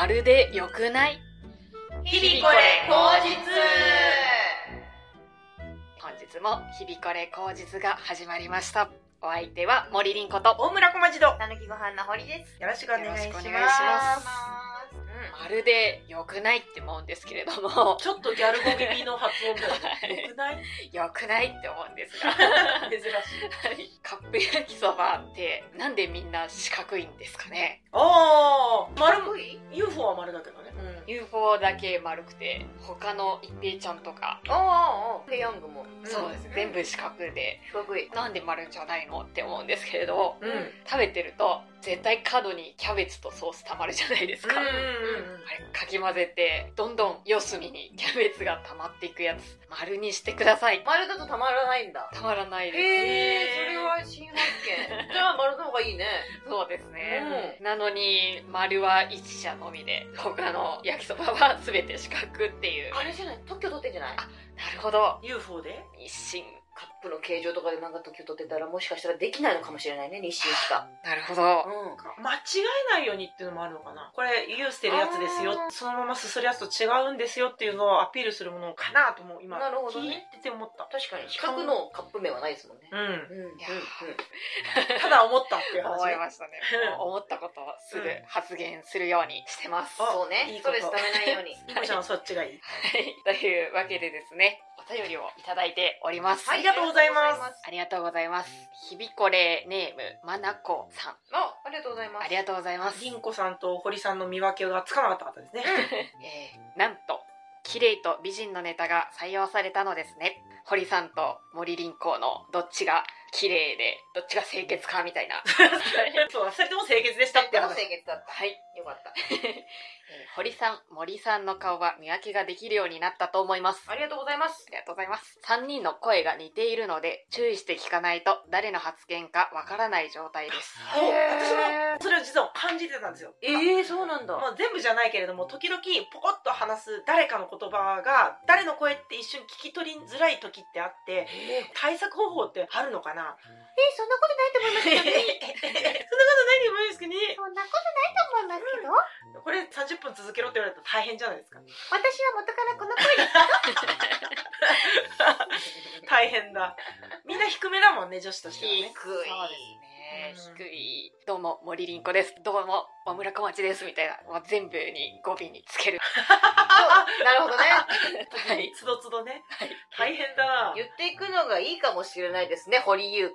まるで良くない？ 日々これ口実。 本日も日々これ口実が始まりました。お相手は森凛子と大村小町堂。 たぬきご飯の堀です。 よろしくお願いします。 よろしくお願いしますまるで良くないって思うんですけれども、 ちょっとギャル語気味の発音だよね。よくない？ 良くないって思うんですが珍しい。 カップ焼きそばってなんでみんな四角いんですかね？ ああ、丸丸い？ UFO は丸だけどね。 UFO だけ丸くて、他の一平ちゃんとか、 ペヤングも。 そうです、全部四角で、 四角い。 なんで丸じゃないのって思うんですけれど、 うん。 食べてると絶対角にキャベツとソースたまるじゃないですか。あれかき混ぜてどんどん四隅にキャベツが溜まっていくやつ、丸にしてください。 丸だとたまらないんだ。 たまらないです。 それは新発見。じゃあ丸の方がいいね。 そうですね、なのに丸は一社のみで、他の焼きそばは全て四角っていう。 あれじゃない？特許取ってんじゃない？ なるほど。 UFO で日清。 カップの形状とかでなんか特許取ってたらもしかしたらできないのかもしれないね、日清しか。 なるほど、 間違えないようにっていうのもあるのかな。これ湯捨てるやつですよ、そのまますするやつと違うんですよっていうのをアピールするものかなとも今なるほど聞いねてて思った。 確かに四角のカップ麺はないですもんね。 いやただ思ったっていう話。 思いましたね。もう思ったことをすぐ発言するようにしてます。 そうね。 いいことストレス溜めないように。 いこちゃんはそっちがいい。 はい。というわけでですね、お便りをいただいております。 ありがとうございます。 ありがとうございます。ひびこれネーム、まなこさん。 ありがとうございます。 ありがとうございます。 りんこさんと堀さんの見分けがつかなかった方ですね。 なんと、綺麗と美人のネタが採用されたのですね。堀さんと森凛子のどっちが綺麗で、どっちが清潔かみたいな。 そう、2人とも清潔でしたってでも話。 清潔だった。 はい。 よかった。 堀さん、森さんの顔は見分けができるようになったと思います。 ありがとうございますあ。りがとうございます。3人の声が似ているので、注意して聞かないと誰の発言かわからない状態です。 そう、私もそれを実は感じてたんですよ。 そうなんだ。 まあ、全部じゃないけれども、時々ポコッと話す誰かの言葉が誰の声って一瞬聞き取りづらい時ってあって、対策方法ってあるのかな。 そんなことないと思いますけどね。 そんなことないと思いますけどね。 そんなことないと思いますけど。 これ30分続けろって言われたら大変じゃないですか。 私は元からこの声です大変だ。みんな低めだもんね、女子としてはね。 そうですね、低い。どうも森凛子です。どうも大村小町ですみたいな、もう全部に語尾につける。 なるほどね。 はい。 つどつどね。 はい。 大変だな。 言っていくのがいいかもしれないですね、堀優子。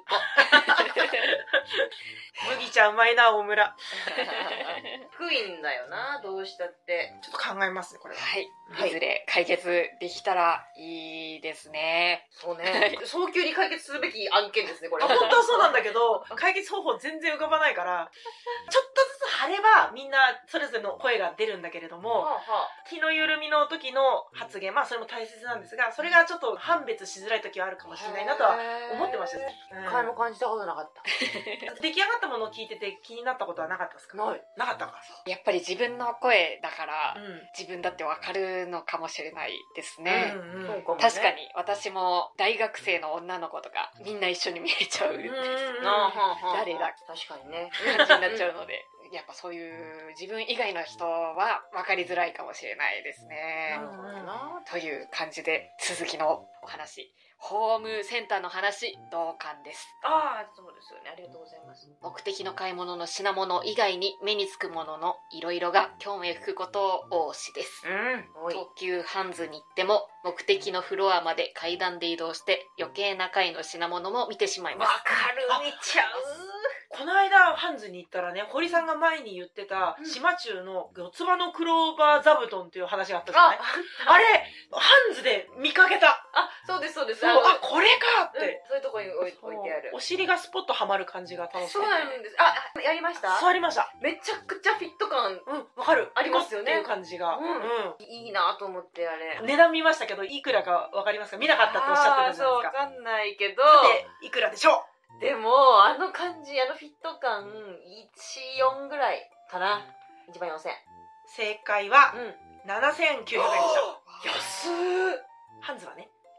麦ちゃんうまいな、大村。 低いんだよな、どうしたって。 ちょっと考えますね、これは。 はい。いずれ解決できたらいいですね。 そうね。早急に解決するべき案件ですね、これ。 本当はそうなんだけど、解決方法全然浮かばないから、ちょっとずつ張ればみんなそれぞれの声が出るんだけれども、気の緩みの時の発言、まあそれも大切なんですが、それがちょっと判別しづらい時はあるかもしれないなとは思ってましたね。 一回も感じたことなかった。 出来上がったものを聞いてて気になったことはなかったですか？ ない。 なかったか。 やっぱり自分の声だから、 うん自分だってわかるのかもしれないですね。 そうかもね。 確かに私も大学生の女の子とかみんな一緒に見えちゃうんです。誰だ確かにね。 感じになっちゃうので、やっぱそういう自分以外の人は分かりづらいかもしれないですね。という感じで続きのお話、ホームセンターの話同感です。 そうですよね。ありがとうございます。 目的の買い物の品物以外に目につくもののいろいろが興味を引くこと多しです。東急ハンズに行っても目的のフロアまで階段で移動して余計な階の品物も見てしまいます。 わかる、見ちゃう。 この間ハンズに行ったらね、堀さんが前に言ってた島中の四つ葉のクローバー座布団っていう話があったじゃない？あれハンズで見かけた。 そうですそうです。 そう、これかって、 そういうとこに置いてある。 お尻がスポッとはまる感じが楽しかった。 そうなんです。やりました？ 座りました。 めちゃくちゃフィット感わかる。 ありますよね。 っていう感じが。 いいなと思ってあれ。 値段見ましたけど、いくらかわかりますか？見なかったっておっしゃってたじゃないですか。 わかんないけど。 で、いくらでしょう？でも、あの感じ、あのフィット感、1、4ぐらいかな。1万4000。 正解は、7900円でした。 安ー。 ハンズはね。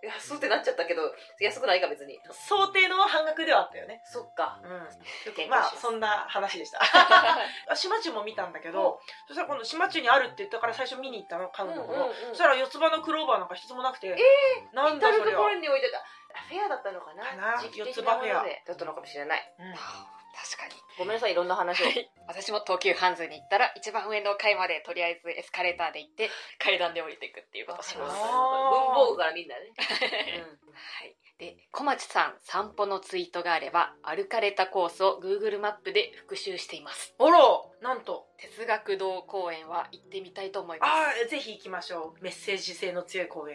安ってなっちゃったけど、安くないか別に。 想定の半額ではあったよね。 そっか。 まあそんな話でした。島中も見たんだけど、そしたら今度島中にあるって言ったから最初見に行ったの、買うところ。そしたら四つ葉のクローバーなんか一つもなくて、なんだそれは。 至るところに置いてた。フェアだったのかな。 四つ葉フェアだったのかもしれない。 確かに。 ごめんなさい、いろんな話を。 私も東急ハンズに行ったら一番上の階までとりあえずエスカレーターで行って階段で降りていくっていうことをします。 文房具からみんなね。 はい。で、小町さん散歩のツイートがあれば歩かれたコースを Google マップで復習しています。 あら、なんと哲学堂公園は行ってみたいと思います。 ぜひ行きましょう。メッセージ性の強い公園。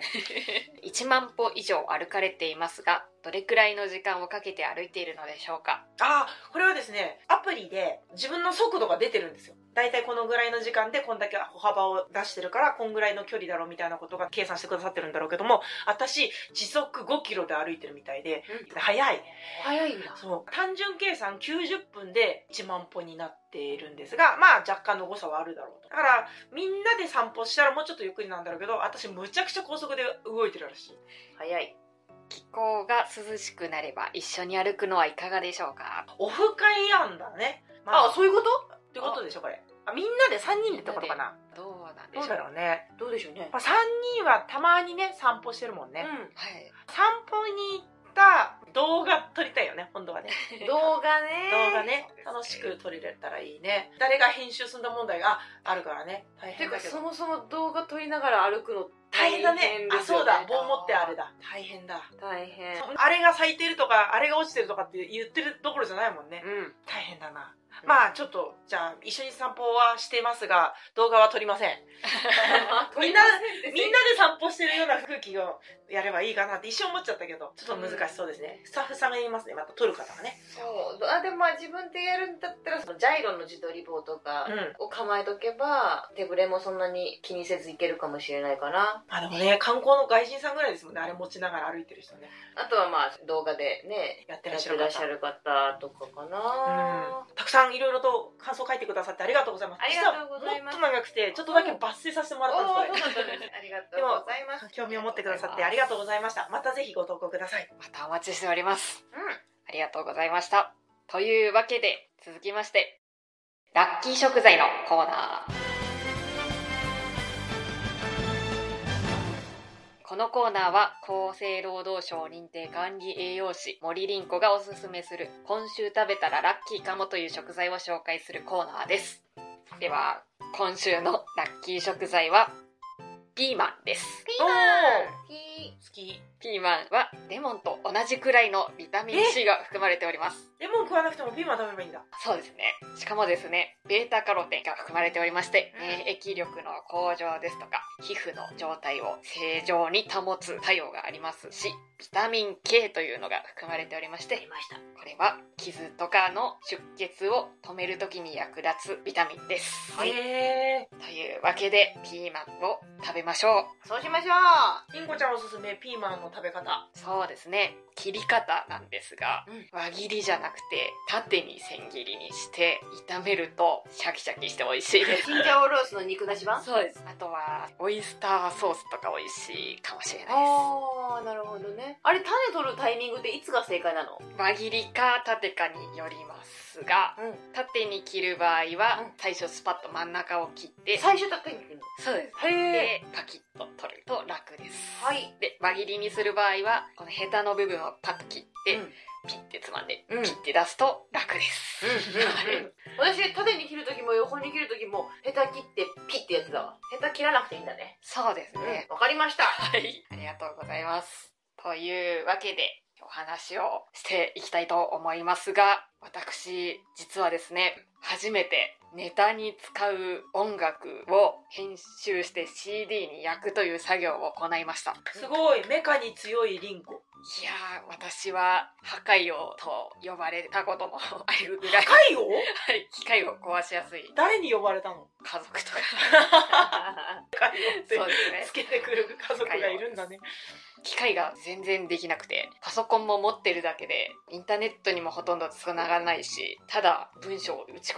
1万歩以上歩かれていますが、どれくらいの時間をかけて歩いているのでしょうか？ これはですね、アプリで自分の速度が出てるんですよ。だいたいこのぐらいの時間でこんだけ歩幅を出してるからこんぐらいの距離だろうみたいなことが計算してくださってるんだろうけども、私時速5キロで歩いてるみたいで、早いんだ。 そう、単純計算90分で1万歩になっているんですが、まあ若干の誤差はあるだろうと。だからみんなで散歩したらもうちょっとゆっくりなんだろうけど、私むちゃくちゃ高速で動いてるらしい。 早い。 気候が涼しくなれば一緒に歩くのはいかがでしょうか？ オフ会やんだね。 そういうことってことでしょこれ。みんなで3人でってことかな。 どうなんでしょう。 どうだろうね。 どうでしょうね。 3人はたまにね散歩してるもんね。 はい。 散歩に行った動画撮りたいよね、本当はね。 動画ね。 楽しく撮れたらいいね。誰が編集すんだ問題があるからね。大変だけど。 てかそもそも動画撮りながら歩くの大変だね。そうだ、棒持ってあれだ。大変。あれが咲いてるとか、あれが落ちてるとかって言ってるどころじゃないもんね。大変だな。まあちょっとじゃあ一緒に散歩はしてますが動画は撮りません。みんなで散歩してるような空気をやればいいかなって一瞬思っちゃったけど、ちょっと難しそうですね。スタッフさんがいますね、また撮る方がね。 そうでも自分でやるんだったらジャイロの自撮り棒とかを構えとけば、手ぶれもそんなに気にせずいけるかもしれないかな。 でもね、観光の外人さんぐらいですもんね、あれ持ちながら歩いてる人ね。 あとは動画でねやってらっしゃる方とかかな。 たくさんいろいろと感想書いてくださってありがとうございます。 ありがとうございます。 もっと長くてちょっとだけ抜粋させてもらったんです。 そうだったんです。ありがとうございます。 興味を持ってくださってありがとうございました。またぜひご投稿ください。 またお待ちしております。ありがとうございました。というわけで続きましてラッキー食材のコーナー。このコーナーは厚生労働省認定管理栄養士森凛子がおすすめする今週食べたらラッキーかもという食材を紹介するコーナーです。では今週のラッキー食材はピーマンです。 ピーマン好き。 ピーマンはレモンと同じくらいのビタミン C が含まれております。 レモン食わなくてもピーマン食べればいいんだ。 そうですね。しかもですね、ベータカロテンが含まれておりまして、免疫力の向上ですとか、皮膚の状態を正常に保つ作用がありますし、ビタミン K というのが含まれておりまして、これは傷とかの出血を止めるときに役立つビタミンです。というわけで、ピーマンを食べましょう。 そうしましょう。 りんこちゃんおすすめピーマンの食べ方。 そうですね。切り方なんですが、輪切りじゃなくて縦に千切りにして炒めるとシャキシャキして美味しいです。 チンジャオロースの肉出し版？ そうです。あとはオイスターソースとか美味しいかもしれないです。 なるほどね。あれ種取るタイミングでいつが正解なの？ 輪切りか縦かによりますが、縦に切る場合は最初スパッと真ん中を切って、 最初縦に切るの？ そうです。でパキッと取ると楽です。で輪切りにする場合はこのヘタの部分をパッと切って、ピッてつまんで、切って出すと楽です。 私縦に切るときも横に切るときもヘタ切ってピッてやってたわ。ヘタ切らなくていいんだね。 そうですね。 わかりました。 はい、ありがとうございます。というわけでお話をしていきたいと思いますが、私実はですね、初めてネタに使う音楽を編集して CD に焼くという作業を行いました。 すごい、メカに強いリンコ。 いやー、私は破壊王と呼ばれたこともあるぐらい。 破壊王？ はい、機械を壊しやすい。 誰に呼ばれたの？ 家族とか。 破壊王ってそうですね。 つけてくる家族がいるんだね。 機械が全然できなくて、パソコンも持ってるだけでインターネットにもほとんど繋がらないし、ただ文章を打ち込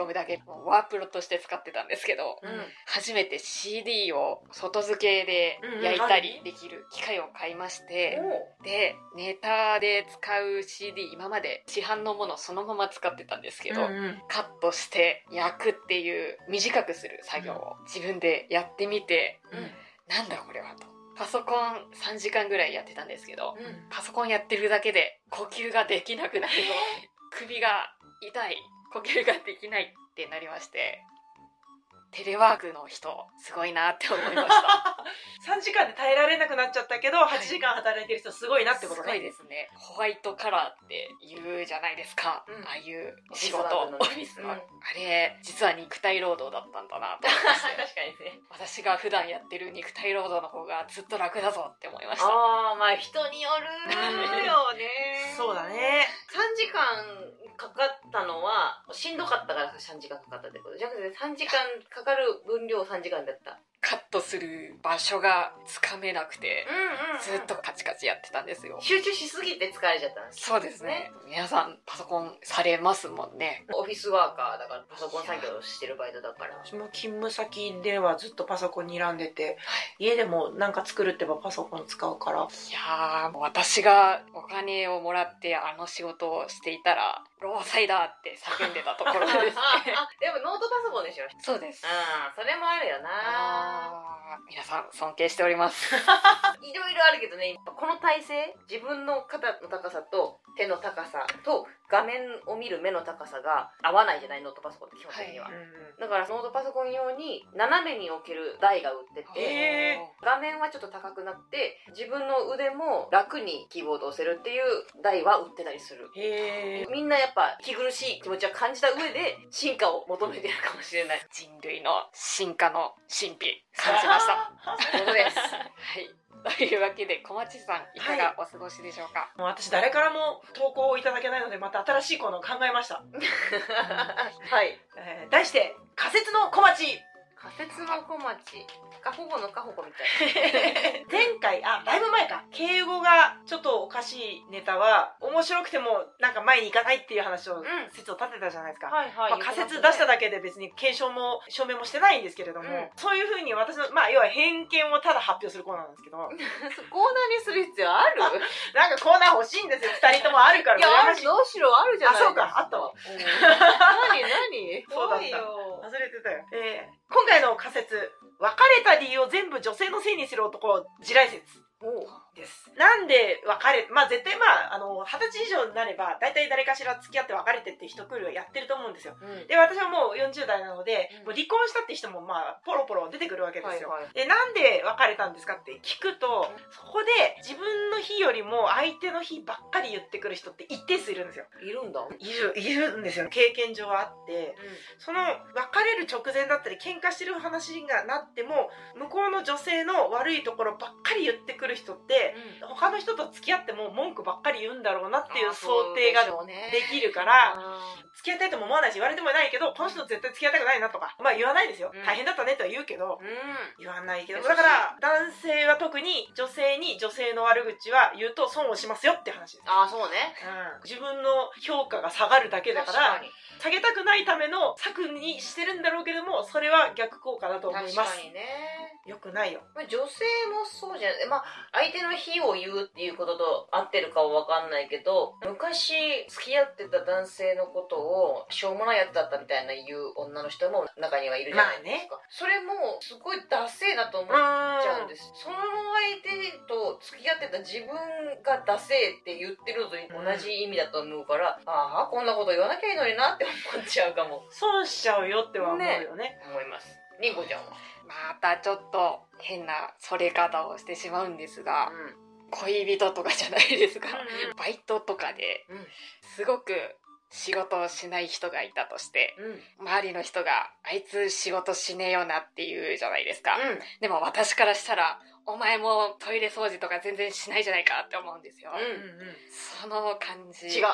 込むだけワープロとして使ってたんですけど、初めて CD を外付けで焼いたりできる機械を買いまして、でネタで使う CD 今まで市販のものをそのまま使ってたんですけど、カットして焼くっていう短くする作業を自分でやってみて、なんだこれはと。パソコン3時間ぐらいやってたんですけど、パソコンやってるだけで呼吸ができなくなるぞ、首が痛い、呼吸ができないってなりまして、テレワークの人すごいなって思いました 3時間で耐えられなくなっちゃったけど、8時間働いてる人すごいなってことね。 すごいですね。ホワイトカラーって言うじゃないですか、ああいう仕事、オフィスの、あれ実は肉体労働だったんだなと思いまして確かにね、 私が普段やってる肉体労働の方がずっと楽だぞって思いました。 まあ人によるよねそうだね。 3時間かかったのはしんどかったから3時間かかったってことじゃなくて、3時間かかる分量3時間だった。 カットする場所がつかめなくて、ずっとカチカチやってたんですよ。 集中しすぎて疲れちゃったんです。 そうですね。皆さんパソコンされますもんね。 オフィスワーカーだからパソコン作業してるバイトだから。 私も勤務先ではずっとパソコンにらんでて、家でもなんか作るってばパソコン使うから。いやー、私がお金をもらってあの仕事をしていたら労災だって叫んでたところですねでもノートパソコンでしょ。 そうです。 それもあるよな。 皆さん尊敬しておりますいろいろあるけどね、この体勢、自分の肩の高さと手の高さと画面を見る目の高さが合わないじゃない、ノートパソコンって基本的には、だからノートパソコン用に斜めに置ける台が売ってて、画面はちょっと高くなって自分の腕も楽にキーボードを押せるっていう台は売ってたりする。みんなやっぱ息苦しい気持ちは感じた上で進化を求めてるかもしれない。 人類の進化の神秘感じましたそういうことですはい、というわけで小町さんいかがお過ごしでしょうか。 もう私誰からも投稿をいただけないので、また新しいコーナーを考えましたはい、 題して仮説の小町。 仮説の小町、カホコのカホコみたい前回だいぶ前か、敬語がちょっとおかしいネタは面白くてもなんか前に行かないっていう話を、説を立てたじゃないですか。仮説出しただけで別に検証も証明もしてないんですけれども、そういうふうに私の要は偏見をただ発表するコーナーなんですけどコーナーにする必要あるなんかコーナー欲しいんですよ、2人ともあるから。 いや、どうしろあるじゃないですか。 そうか、あったわ何そうだった、忘れてたよ。今回の仮説、別れた理由を全部女性のせいにする男、地雷説です。なんで別れ、絶対20歳以上になれば大体誰かしら付き合って別れてって一クールやってると思うんですよ、で私はもう40代なので、もう離婚したって人もポロポロ出てくるわけですよ、でなんで別れたんですかって聞くと、そこで自分の日よりも相手の日ばっかり言ってくる人って一定数いるんですよ。 いるんだ。 いるんですよ。経験上はあって、その別れる直前だったり喧嘩してる話がなっても向こうの女性の悪いところばっかり言ってくる人って、他の人と付き合っても文句ばっかり言うんだろうなっていう想定ができるから、付き合いたいとも思わないし言われてもないけど、この人絶対付き合いたくないなとか言わないですよ、大変だったねとは言うけど、言わないけど、だから男性は特に女性に女性の悪口は言うと損をしますよって話です。 そうね、 自分の評価が下がるだけだから下げたくないための策にしてるんだろうけども、それは逆効果だと思います。 確かにね、 よくないよ。 女性もそうじゃない、相手の非を言うっていうことと合ってるかは分かんないけど、昔付き合ってた男性のことをしょうもないやつだったみたいな言う女の人も中にはいるじゃないですか、それもすごいダセーなと思っちゃうんです。その相手と付き合ってた自分がダセーって言ってるのと同じ意味だと思うから、こんなこと言わなきゃいいのになって思っちゃうかも。 損しちゃうよっては思うよね。 思います。りんごちゃんはまたちょっと変なそれ方をしてしまうんですが、恋人とかじゃないですか、バイトとかですごく仕事をしない人がいたとして、周りの人があいつ仕事しねえよなって言うじゃないですか、でも私からしたらお前もトイレ掃除とか全然しないじゃないかって思うんですよ、その感じ。 違う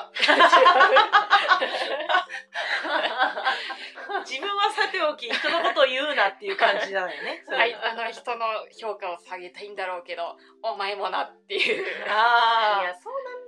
自分はさておき人のことを言うなっていう感じだよね人の評価を下げたいんだろうけどお前もなっていういやそうなんだよね。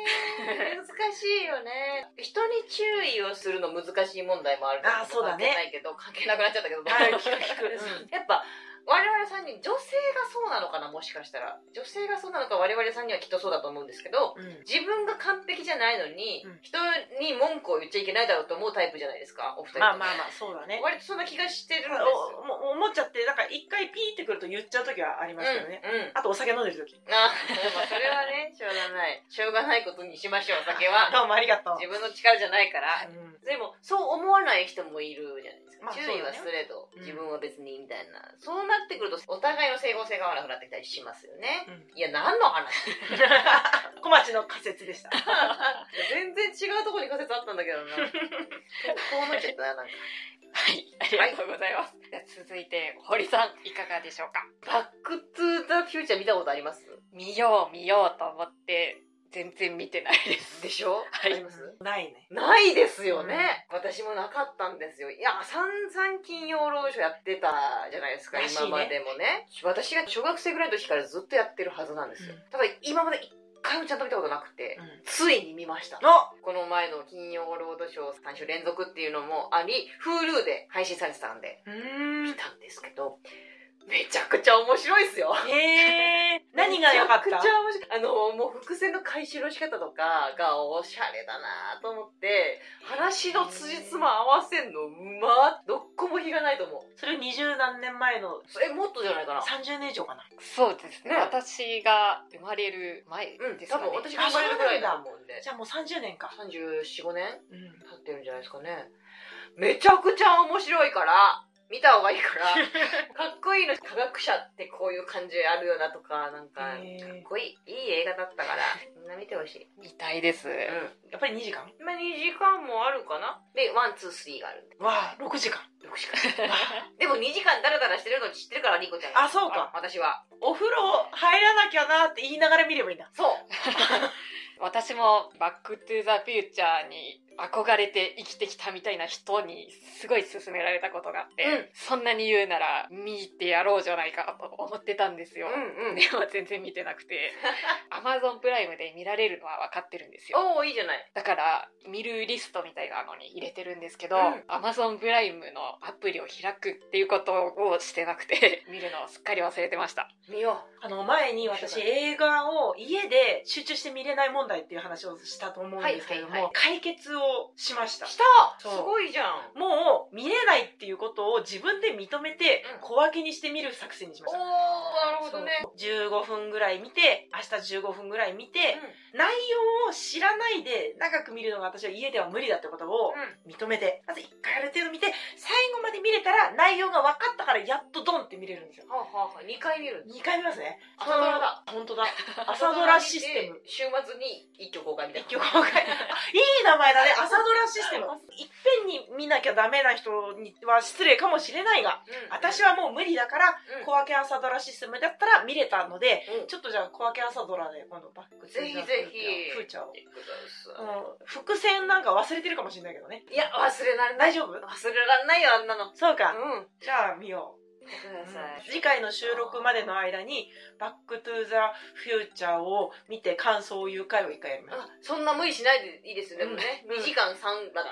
難しいよね。人に注意をするの難しい問題もあるから。 そうだね。 関係ないけど、関係なくなっちゃったけど。 聞く。 やっぱ、我々3人、女性がそうなのかな、もしかしたら。女性がそうなのか、我々3人はきっとそうだと思うんですけど、自分が完璧じゃないのに、人に文句を言っちゃいけないだろうと思うタイプじゃないですか、お二人。 まあ、そうだね。 割とそんな気がしてるんですよ。 思っちゃって、なんか一回ピーってくると言っちゃう時はありますけどね。あとお酒飲んでる時。 それはね、しょうがない。しょうがないことにしましょう、お酒は。 どうもありがとう。 自分の力じゃないから。でも、そう思わない人もいるじゃないですか。注意はすれど、自分は別に、みたいな。そうなってくると、お互いの整合性が合わなくなってきたりしますよね。いや、何の話小町の仮説でした。 全然違うところに仮説あったんだけどな。こうなっちゃったな、なんか。 はい、ありがとうございます。続いて、堀さん、いかがでしょうか？ バックトゥーザフューチャー見たことあります？ 見ようと思って、全然見てないです。 でしょ？ はい。 あります？ ないね。 ないですよね。私もなかったんですよ。いや、散々金曜ロードショーやってたじゃないですか、今までもね。私が小学生ぐらいの時からずっとやってるはずなんですよ。ただ、今まで一回もちゃんと見たことなくて、ついに見ました。この前の金曜ロードショー3週連続っていうのもあり、Hulu で配信されてたんで、見たんですけど、めちゃくちゃ面白いっすよ。 何が良かった？ めちゃくちゃ面白い。もう伏線の回収の仕方とかがおしゃれだなと思って、話の辻褄合わせんのどっこも日がないと思う。 それ20何年前の。 もっとじゃないかな。 30年以上かな。 そうですね。私が生まれる前ですかね。 多分私が生まれるぐらいだもんで。 じゃあもう30年か。 34、5年経ってるんじゃないですかね。めちゃくちゃ面白いから、見た方がいいから、かっこいいの。科学者ってこういう感じあるよなとか、なんか、かっこいい映画だったから、みんな見てほしい。 見たいです。 やっぱり2時間？ まあ2時間もあるかな。で、1、2、3があるんで。 わぁ、6時間。 6時間。でも2時間ダラダラしてるの知ってるから、リコちゃんが。 そうか。 私は。 お風呂入らなきゃなって言いながら見ればいいんだ。 そう。 私もバックトゥザフューチャーに憧れて生きてきたみたいな人にすごい勧められたことがあって、そんなに言うなら見てやろうじゃないかと思ってたんですよ。でも全然見てなくて、Amazon プライムで見られるのは分かってるんですよ。 いいじゃない。 だから見るリストみたいなのに入れてるんですけど、Amazon プライムのアプリを開くっていうことをしてなくて、見るのをすっかり忘れてました。 見よう。 前に私映画を家で集中して見れない問題っていう話をしたと思うんですけれども、解決をしました。 すごいじゃん。 もう見れないっていうことを自分で認めて小分けにして見る作戦にしました。 なるほどね。 15分ぐらい見て、明日15分ぐらい見て、内容を知らないで長く見るのが私は家では無理だってことを認めて、まず1回ある程度見て、最後まで見れたら内容が分かったからやっとドンって見れるんですよ。 2回見るんです。 2回見ますね。 朝ドラだ。 本当だ。朝ドラシステム。 週末に一挙公開みたいな。 一挙公開。いい名前だね。朝ドラシステム。いっぺんに見なきゃダメな人には失礼かもしれないが、私はもう無理だから、小分け朝ドラシステムだったら見れたので、ちょっとじゃあ小分け朝ドラで今度バックぜひぜひフューチャーを。伏線なんか忘れてるかもしれないけどね。 いや、忘れられない。 大丈夫？ 忘れられないよ、あんなの。 そうか。じゃあ見よう。 次回の収録までの間にバックトゥーザフューチャーを見て感想を言う回を1回やります。 そんな無理しないでいいですよ。でもね、2時間3だから。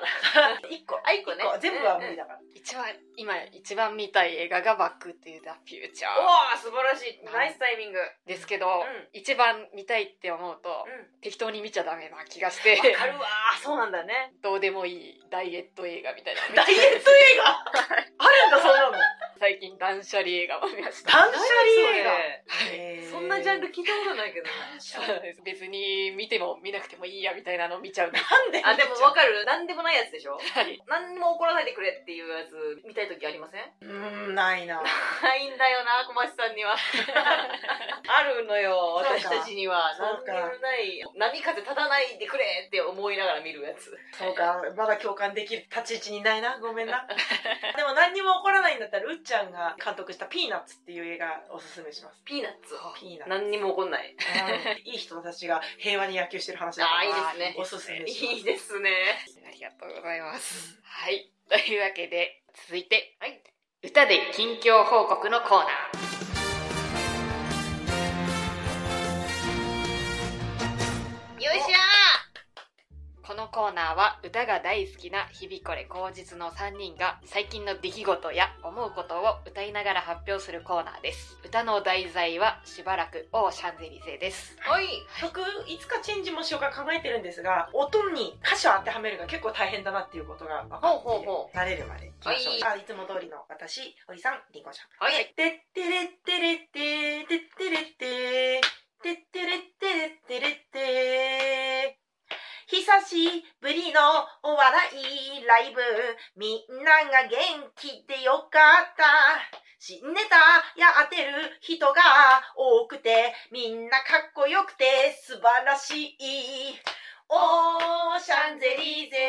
1個ね。全部は無理だから。 今一番見たい映画がバックトゥーザフューチャー。 素晴らしい。ナイスタイミング。 ですけど、一番見たいって思うと、適当に見ちゃダメな気がして。 わかるわ。そうなんだね。 どうでもいいダイエット映画みたいな。 ダイエット映画あるんだ、そうなの。 最近断捨離映画を見ました。 断捨離映画？そんなジャンル聞いたことないけど。 別に見ても見なくてもいいやみたいなの見ちゃう。 なんで？ でもわかる。なんでもないやつでしょ？何にも怒らないでくれっていうやつ見たいときありません？ ないな。 ないんだよな、小松さんには。あるのよ、私たちには。なんでもない。波風立たないでくれって思いながら見るやつ。 そうか、まだ共感できる立ち位置にいないな。ごめんな。でも何にも起こらないんだったら、うっちゃんが監督したピーナッツっていう映画おすすめします。 ピーナッツ。何にも起こんない。 いい人たちが平和に野球してる話だから。 いいですね。 おすすめします。 いいですね。 ありがとうございます。はい。というわけで、続いて、歌で近況報告のコーナー。 よいしょー。 このコーナーは歌が大好きな日々これ口実の3人が最近の出来事や思うことを歌いながら発表するコーナーです。歌の題材はしばらくオーシャンゼリゼです。 はい。曲いつかチェンジもしようか考えてるんですが、音に歌詞を当てはめるが結構大変だなっていうことが分かって慣れるまでいきましょう。いつも通りの私、堀さん、りんごちゃん。はい。てってれってれっててってれっててってれってれってれって久しぶりのお笑いライブ、みんなが元気でよかった。新ネタやってる人が多くて、みんなかっこよくて素晴らしい。オーシャンゼリーゼ、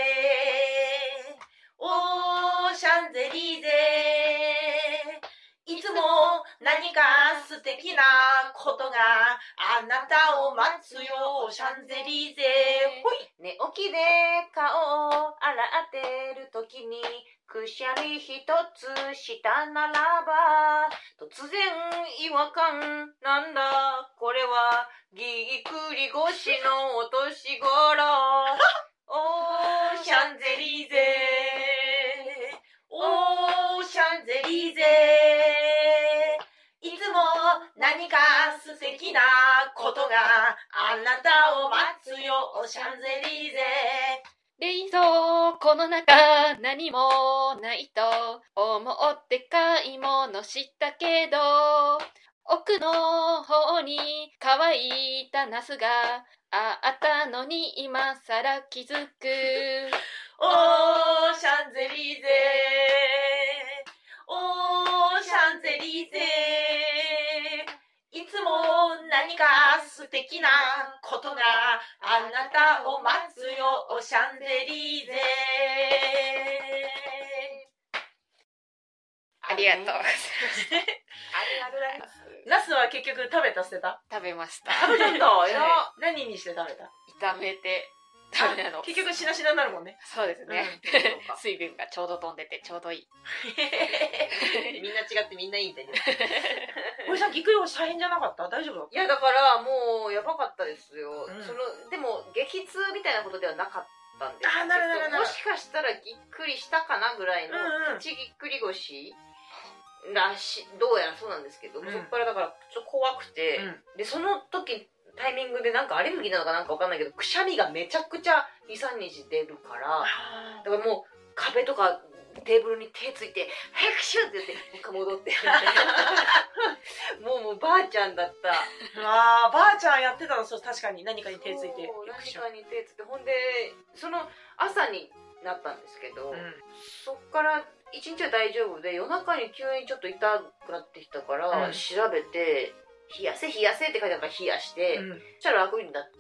オーシャンゼリーゼ、いつも何か素敵なことがあなたを待つよ、シャンゼリーゼ。ほい。 寝起きで顔を洗ってる時にくしゃみ一つしたならば、突然違和感、なんだこれはぎっくり腰のお年頃。 オーシャンゼリーゼ、オーシャンゼリーゼ、いつも何か素敵なことがあなたを待つよ、シャンゼリーゼ。 冷蔵庫の中何もないと思って買い物したけど、奥の方に乾いたナスがあったのに今さら気づく。 オーシャンゼリーゼ、オーシャンゼリーゼ、いつも何か素敵なことがあなたを待つよ、シャンゼリーゼ。 ありがとうございます。 ナスは結局食べた捨てた？ 食べました。 食べたんだ。何にして食べた？ 炒めて食べたの。 結局しなしなになるもんね。 そうですね。水分がちょうど飛んでてちょうどいい。 みんな違ってみんないいみたいな。 森さん、ぎっくり腰大変じゃなかった？大丈夫だった？ いや、だからもうやばかったですよ。でも激痛みたいなことではなかったんですけど、もしかしたらぎっくりしたかなぐらいのプチぎっくり腰らし、どうやらそうなんですけど、そこからだからちょっと怖くて、でその時タイミングでなんかアレルギーなのかなんかわかんないけど、くしゃみがめちゃくちゃ 2,3 日出るから、だからもう壁とかテーブルに手ついて「早くしよう!」って言ってもう一回戻ってもうばあちゃんだった。 ああ、ばあちゃんやってたの。そう、確かに何かに手ついて、 何かに手ついて、ほんでその朝になったんですけど、そっから一日は大丈夫で、夜中に急にちょっと痛くなってきたから、調べて冷やせ冷やせって書いてあるから冷やして、そしたら楽になって、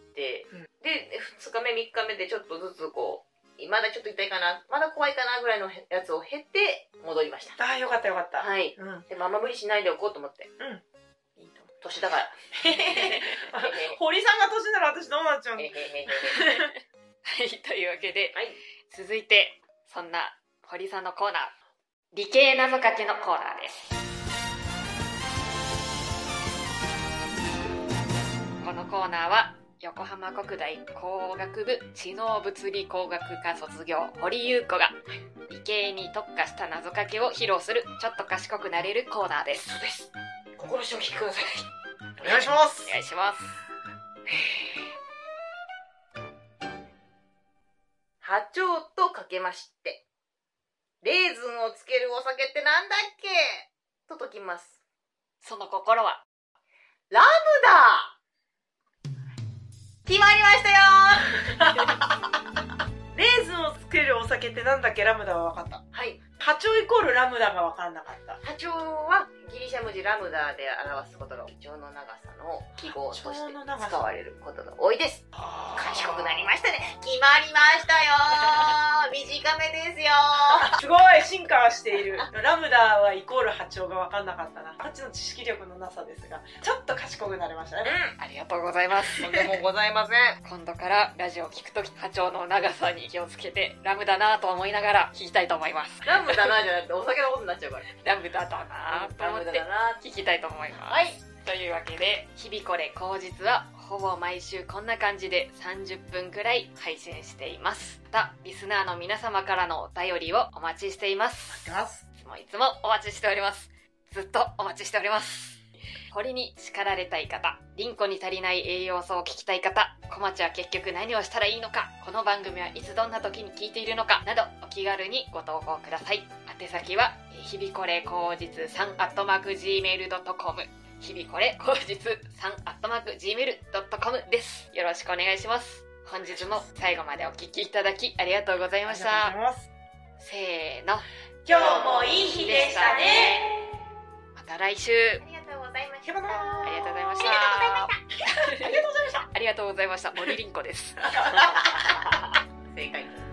で2日目3日目でちょっとずつこう、まだちょっと痛いかな、まだ怖いかなぐらいのやつを経て戻りました。 ああ、よかったよかった。 はい。でもあんま無理しないでおこうと思って。いいと年だから。 堀さんが年なら私どうなっちゃうの？はい、 というわけで、続いてそんな堀さんのコーナー、理系謎かけのコーナーです。このコーナーは横浜国大工学部知能物理工学科卒業堀優子が理系に特化した謎かけを披露するちょっと賢くなれるコーナーです。そうです。 心してお聞きください。 お願いします。 お願いします。 波長とかけまして、レーズンをつけるお酒ってなんだっけと解きます。 その心はラムダ。決まりましたよレーズンをつけるお酒ってなんだっけ？ラムダは分かった。 はい。 波長イコールラムダが分かんなかった。 波長はギリシャ文字ラムダで表すことが波長の長さの記号として使われることが多いです。賢くなりましたね。決まりましたよ短めですよすごい進化はしている。ラムダはイコール波長が分かんなかったな。こっちの知識力のなさですが、ちょっと賢くなれましたね。 ありがとうございます。 とんでもございません。 今度からラジオを聞くとき波長の長さに気をつけて、ラムダなと思いながら聞きたいと思います。 ラムダなじゃなくてお酒のことになっちゃうから。 ラムダだなと思って聞きたいと思います。はい。というわけで、日々これ口実はほぼ毎週こんな感じで30分くらい配信しています。また、リスナーの皆様からのお便りをお待ちしています。いつもお待ちしております。ずっとお待ちしております。堀に叱られたい方、リンコに足りない栄養素を聞きたい方、小町は結局何をしたらいいのか、この番組はいつどんな時に聞いているのかなど、お気軽にご投稿ください。宛先は、日々これ口実3 @gmail.com、日々これ口実3 @gmail.com です。よろしくお願いします。本日も最後までお聞きいただきありがとうございました。せーの。 今日もいい日でしたね。 また来週。 ありがとうございました。 ありがとうございました。 ありがとうございました。 ありがとうございました。森凛子です。 正解。